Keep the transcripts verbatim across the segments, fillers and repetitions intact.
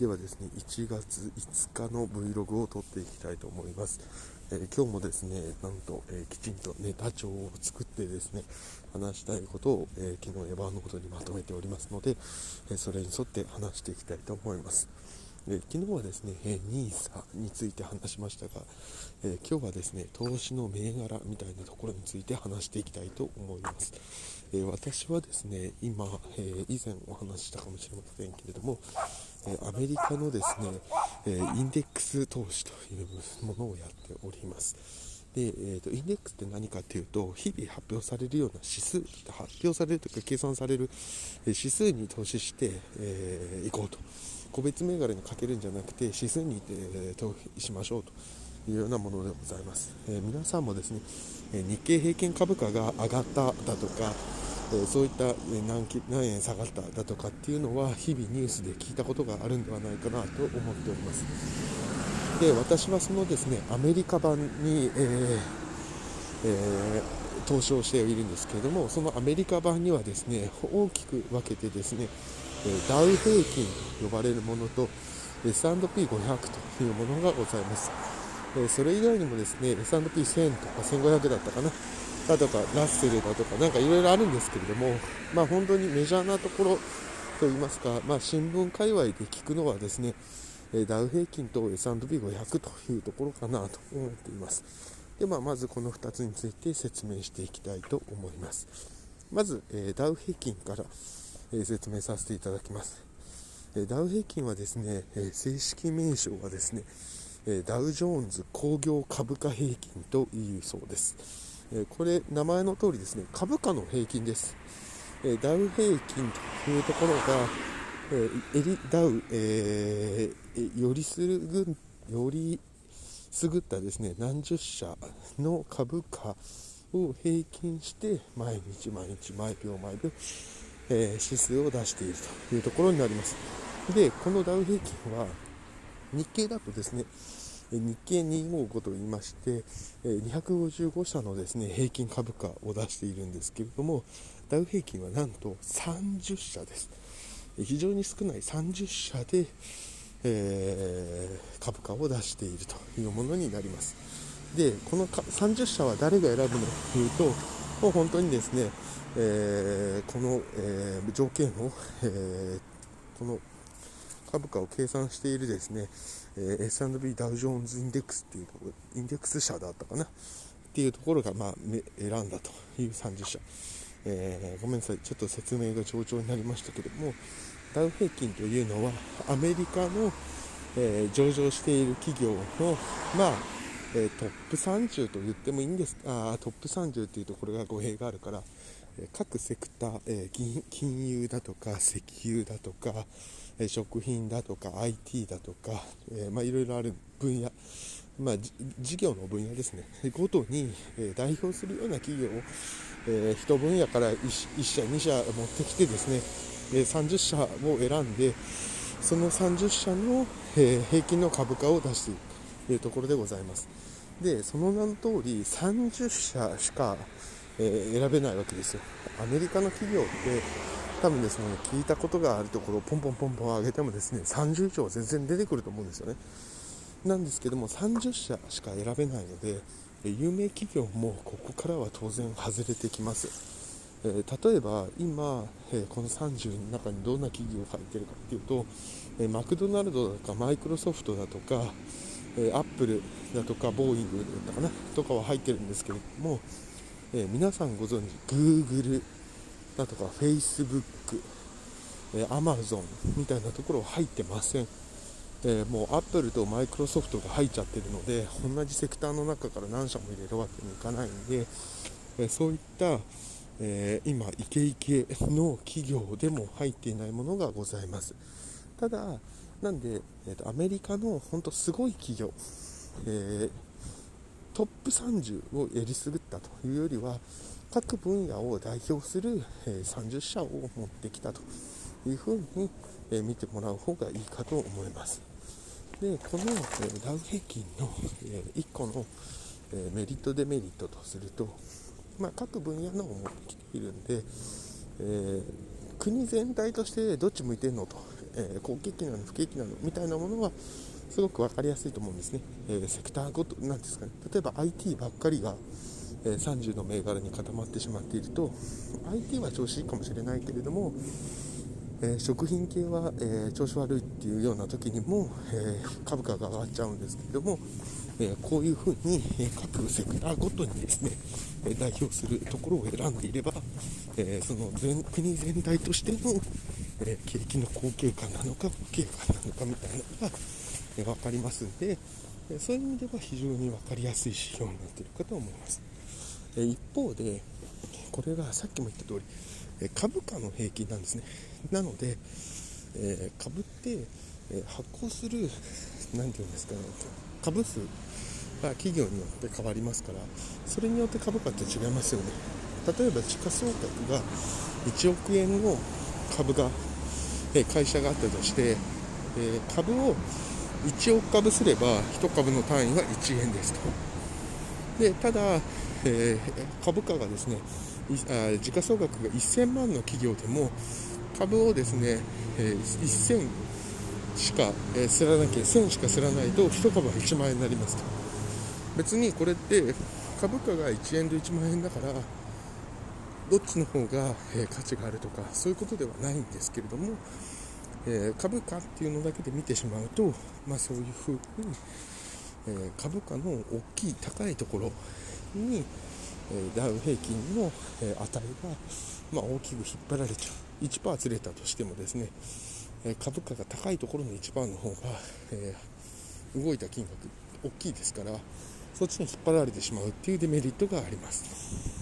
ではですね、いちがついつかの Vlog を撮っていきたいと思います。えー、今日もですね、なんと、えー、きちんとネタ帳を作ってですね、話したいことを、えー、昨日エヴァーノートにまとめておりますので、えー、それに沿って話していきたいと思います。えー、昨日はですね、えー、ニーサ について話しましたが、えー、今日はですね、投資の銘柄みたいなところについて話していきたいと思います。えー、私はですね、今、えー、以前お話ししたかもしれませんけれども、えー、アメリカのですね、えー、インデックス投資というものをやっております。で、えーと、インデックスって何かというと、日々発表されるような指数、発表されるというか計算される指数に投資してい、えー、こうと。個別銘柄にかけるんじゃなくて、指数に、えー、投資しましょうというようなものでございます。えー、皆さんもですね、日経平均株価が上がっただとか、えー、そういった 何, 何円下がっただとかっていうのは日々ニュースで聞いたことがあるんではないかなと思っております。で、私はそのですね、アメリカ版に、えーえー、投資をしているんですけれども、そのアメリカ版にはですね、大きく分けてですね、ダウ平均と呼ばれるものと エスアンドピーごひゃく というものがございます。それ以外にもですね、エスアンドピーせん とかせんごひゃくだったかなだとかラッセルだとかなんかいろいろあるんですけれども、まあ本当にメジャーなところといいますか、まあ新聞界隈で聞くのはですね、ダウ平均と エスアンドピーごひゃく というところかなと思っています。で、まあ、まずこのふたつについて説明していきたいと思います。まず、えー、ダウ平均から、えー、説明させていただきます。えー、ダウ平均はですね、えー、正式名称はですね、えー、ダウジョーンズ工業株価平均というそうです。えー、これ名前の通りですね、株価の平均です。えー、ダウ平均というところが、えー、エリダウ、えー、よりすぐより優ったですね、何十社の株価を平均して毎日毎日毎秒毎秒、えー、指数を出しているというところになります。で、このダウ平均は日経だとですね、日経にひゃくごじゅうごと言いまして、にひゃくごじゅうご社のですね、平均株価を出しているんですけれども、ダウ平均はなんとさんじゅっ社です。非常に少ないさんじゅっ社で、えー、株価を出しているというものになります。で、このさんじゅっ社は誰が選ぶのかというと、もう本当にですね、えー、この、えー、条件を、えー、この株価を計算しているですね、えー、エスアンドピー ダウジョーンズインデックスっていうところ、インデックス社だったかなっていうところが、まあ、選んだというさんじゅっ社、えー、ごめんなさい、ちょっと説明が冗長になりましたけども、ダウ平均というのはアメリカの、えー、上場している企業の、まあえー、トップさんじゅうと言ってもいいんです。あトップさんじゅうというところが語弊があるから、えー、各セクター、えー、金融だとか石油だとか、えー、食品だとか アイティー だとか、えーまあ、いろいろある分野、まあ、事業の分野ですねごとに、えー、代表するような企業を、えー、一分野から 1, 1社に社持ってきてですね、えー、さんじゅっ社を選んで、そのさんじゅっ社の、えー、平均の株価を出しているというところでございます。で、その名の通りさんじゅっ社しか、えー、選べないわけですよ。アメリカの企業って多分ですね、聞いたことがあるところをポンポンポンポン上げてもですね、さんじゅう以上全然出てくると思うんですよね。なんですけども、さんじゅっ社しか選べないので、有名企業もここからは当然外れてきます。えー、例えば今、えー、このさんじゅうの中にどんな企業が入っているかというと、えー、マクドナルドだとかマイクロソフトだとか、えー、アップルだとかボーイングだったかなとかは入ってるんですけれども、えー、皆さんご存知 Google だとか Facebook、えー、Amazon みたいなところは入ってません。えー、もうアップルとマイクロソフトが入っちゃってるので、同じセクターの中から何社も入れるわけにいかないんで、えー、そういった、えー、今イケイケの企業でも入っていないものがございます。ただなんで、えーと、アメリカの本当すごい企業、えー、トップさんじゅうをえりすぐったというよりは、各分野を代表する、えー、さんじゅっ社を持ってきたというふうに、えー、見てもらう方がいいかと思います。で、この、えー、ダウ平均の、えー、いっこの、えー、メリットデメリットとすると、まあ、各分野の持ってきているんで、えー、国全体としてどっち向いてんのとえー、好景気なの不景気なのみたいなものはすごく分かりやすいと思うんですね。えー、セクターごとなんですかね、例えば アイティー ばっかりが、えー、さんじゅうの銘柄に固まってしまっていると アイティー は調子いいかもしれないけれども、えー、食品系は、えー、調子悪いっていうような時にも、えー、株価が上がっちゃうんですけれども、えー、こういうふうに、えー、各セクターごとにですね、えー、代表するところを選んでいれば、えー、その全国全体としての、えー、景気の好景観なのか不景観なのかみたいなのが、えー、分かりますんで、えー、そういう意味では非常に分かりやすい指標になっているかと思います。えー、一方でこれがさっきも言った通り、えー、株価の平均なんですね。なので、えー、株って、えー、発行するなんていうんですかね、株数が企業によって変わりますから、それによって株価って違いますよね。例えば時価総額がいちおくえんの株が、えー、会社があったとして、えー、株をいちおく株すればいち株の単位はいちえんですと。でただ、えー、株価がですね、あ時価総額がせんまんの企業でも株をですね、えー、せんしか、えー、すらなきゃせんしかすらないといち株はいちまん円になりますと。別にこれって株価がいちえんといちまん円だからどっちの方が、えー、価値があるとかそういうことではないんですけれども、えー、株価っていうのだけで見てしまうと、まあ、そういうふうに、えー、株価の大きい高いところに、えー、ダウ平均の、えー、値が、まあ、大きく引っ張られちゃう。 いちパーセント ずれたとしてもですね、えー、株価が高いところのいちパーセントの方が、えー、動いた金額大きいですから、そっちに引っ張られてしまうっていうデメリットがあります。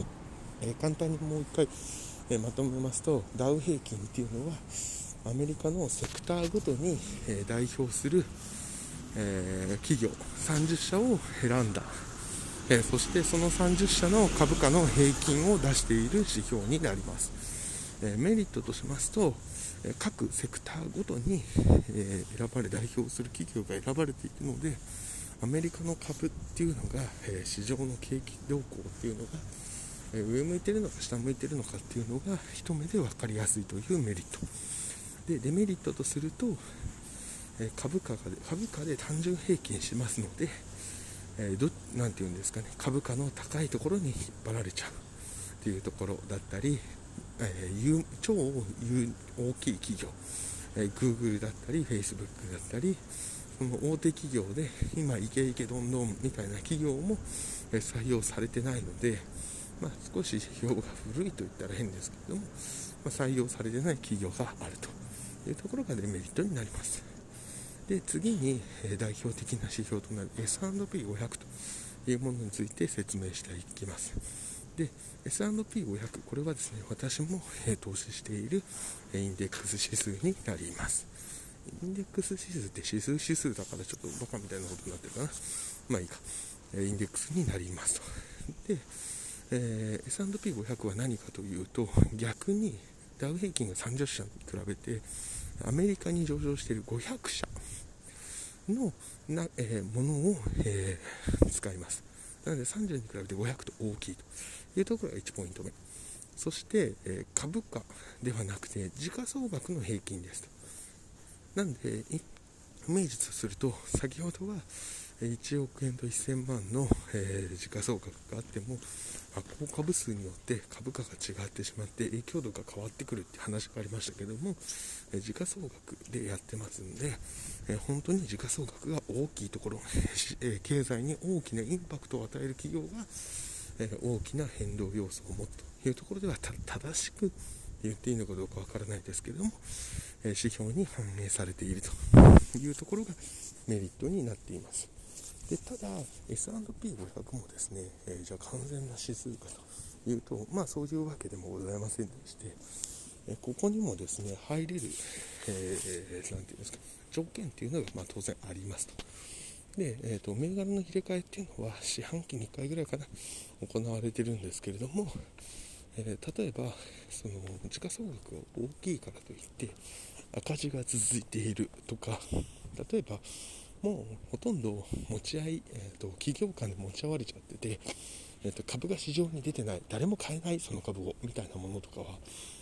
えー、簡単にもう一回、えー、まとめますと、ダウ平均っていうのはアメリカのセクターごとに、えー、代表する、えー、企業さんじゅっしゃを選んだ、えー、そしてそのさんじゅっしゃの株価の平均を出している指標になります。えー、メリットとしますと、えー、各セクターごとに、えー、選ばれ代表する企業が選ばれているので、アメリカの株っていうのが、えー、市場の景気動向っていうのが、えー、上向いてるのか下向いてるのかっていうのが一目で分かりやすいというメリットで、デメリットとすると、えー、株価が株価で単純平均しますので、えー、どなんていうんですかね、株価の高いところに引っ張られちゃうっていうところだったり、えー、超大きい企業、えー、Google だったり Facebook だったり、その大手企業で今イケイケどんどんみたいな企業も、えー、採用されてないので、まあ、少し指標が古いと言ったら変ですけれども、まあ、採用されてない企業があるというところがデメリットになります。で次に、えー、代表的な指標となる エスアンドピーごひゃく というものについて説明していきます。で エスアンドピーごひゃく、 これはですね、私も、えー、投資している、えー、インデックス指数になります。インデックス指数って指数指数だからちょっとバカみたいなことになってるかな。まあいいか、えー、インデックスになりますと。で、えー、エスアンドピーごひゃく は何かというと、逆にダウ平均がさんじゅっしゃに比べてアメリカに上場しているごひゃくしゃのな、えー、ものを、えー、使います。なのでさんじゅうに比べてごひゃくと大きいというところがいちポイント目。そして、えー、株価ではなくて時価総額の平均ですと。なんでイメージとすると、先ほどはいちおくえんとせんまんの、えー、時価総額があっても発行株数によって株価が違ってしまって影響度が変わってくるって話がありましたけども、えー、時価総額でやってますんで、えー、本当に時価総額が大きいところ、えー、経済に大きなインパクトを与える企業が、えー、大きな変動要素を持つというところではた正しく言っていいのかどうかわからないですけれども、えー、指標に反映されているというところがメリットになっています。でただ エスアンドピーごひゃく もですね、えー、じゃあ完全な指数かというと、まあそういうわけでもございませんでして、えー、ここにもですね入れる、えー、なんていうんですか、条件っていうのがまあ当然ありますと。で、えーと、銘柄の入れ替えっていうのは四半期にいっかいぐらいかな行われてるんですけれども、えー、例えばその時価総額が大きいからといって赤字が続いているとか、例えばもうほとんど持ち合い、えーと、企業間で持ち合われちゃってて、えーと、株が市場に出てない、誰も買えないその株をみたいなものとかは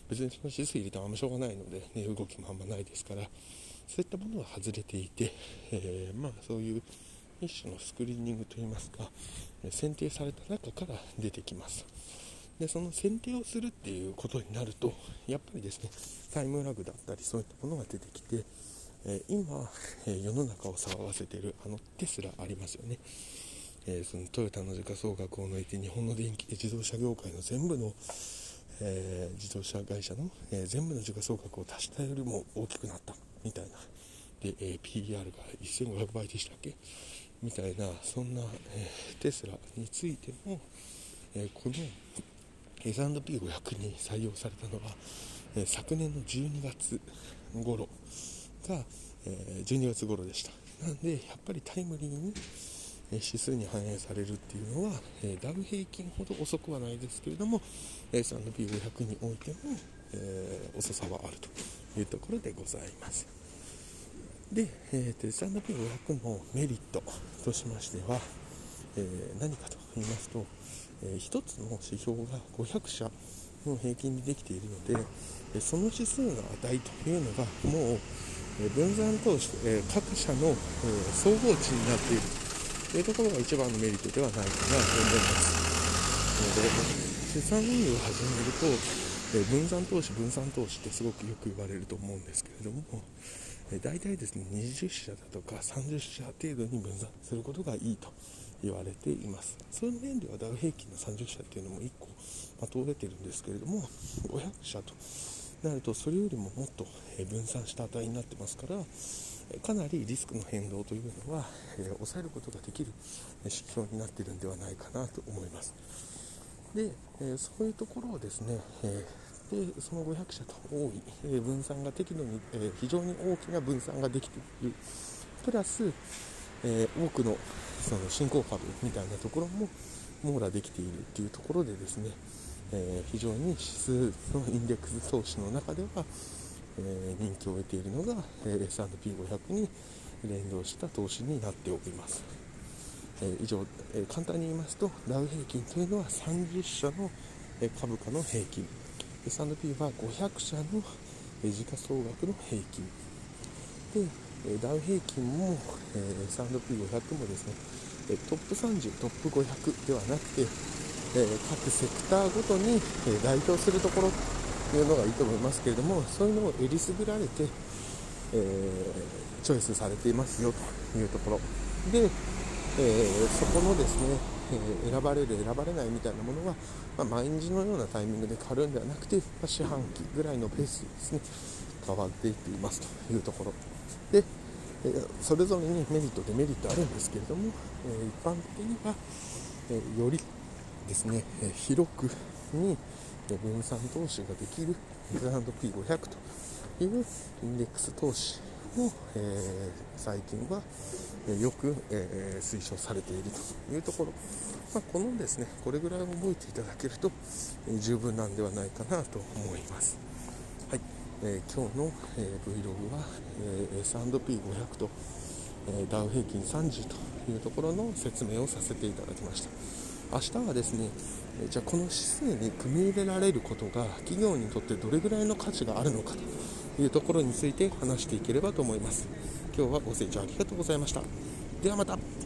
別にその指数入れてもあんましょうがないので、ね、動きもあんまないですから、そういったものは外れていて、えー、まあそういう一種のスクリーニングといいますか、選定された中から出てきます。でその選定をするっていうことになると、やっぱりですね、タイムラグだったりそういったものが出てきて、えー、今、えー、世の中を騒がせているあのテスラありますよね。えー、そのトヨタの時価総額を抜いて日本の電気自動車業界の全部の、えー、自動車会社の、えー、全部の時価総額を足したよりも大きくなったみたいなで、えー、ピーイーアール がせんごひゃくばいでしたっけみたいな、そんな、えー、テスラについても、えー、この エスアンドピーごひゃく に採用されたのは、えー、昨年のじゅうにがつ頃が、えー、じゅうにがつ頃でした。なんでやっぱりタイムリーに指数に反映されるっていうのは、えー、ダウ平均ほど遅くはないですけれども エスアンドピーごひゃく においても、えー、遅さはあるというところでございます。で、えー、エスアンドピーごひゃく のメリットとしましては、えー、何かと言いますと、えー、一つの指標がごひゃくしゃの平均でできているので、えー、その指数の値というのがもう、えー、分散投資、えー、各社の、えー、総合値になっているというところが一番のメリットではないかなと思いますので、資産運用を始めると、えー、分散投資分散投資ってすごくよく言われると思うんですけれども、えー、大体ですねにじゅっしゃだとかさんじゅっしゃ程度に分散することがいいと言われています。そういう面ではダウ平均のさんじゅっしゃっていうのもいっこ、まあ、通れてるんですけれども、ごひゃくしゃとなるとそれよりももっと分散した値になってますから、かなりリスクの変動というのは、えー、抑えることができる指標になっているんではないかなと思います。で、えー、そういうところをですね、えー、でそのごひゃくしゃと多い、えー、分散が適度に、えー、非常に大きな分散ができているプラス、えー、多くのその新興株みたいなところも網羅できているというところでですね、えー、非常に指数のインデックス投資の中では、えー、人気を得ているのが、えー、エスアンドピーごひゃく に連動した投資になっております。えー、以上、えー、簡単に言いますと、ダウ平均というのはさんじゅっしゃの、えー、株価の平均、 エスアンドピー はごひゃくしゃの、えー、時価総額の平均で、えー、ダウ平均も、えー、エスアンドピーごひゃく もですね、えー、トップさんじゅう、トップごひゃくではなくて、えー、各セクターごとに、えー、代表するところというのがいいと思いますけれども、そういうのをえりすぐられて、えー、チョイスされていますよというところで、えー、そこのですね、えー、選ばれる選ばれないみたいなものは、まあ、毎日のようなタイミングで変わるんではなくて、まあ、四半期ぐらいのペースですね、変わっていっていますというところで、えー、それぞれにメリットデメリットあるんですけれども、えー、一般的には、えー、よりですね、えー、広くに分散投資ができる エスアンドピーごひゃく というインデックス投資を、えー、最近はよく、えー、推奨されているというところ、まあ、このですねこれぐらい覚えていただけると、えー、十分なんではないかなと思います。はい、えー、今日の、えー、Vlog は、えー、エスアンドピーごひゃく と、えー、ダウ平均さんじゅうというところの説明をさせていただきました。明日はですね、えー、じゃあこの指数に組み入れられることが企業にとってどれぐらいの価値があるのかというところについて話していければと思います。今日はご清聴ありがとうございました。ではまた。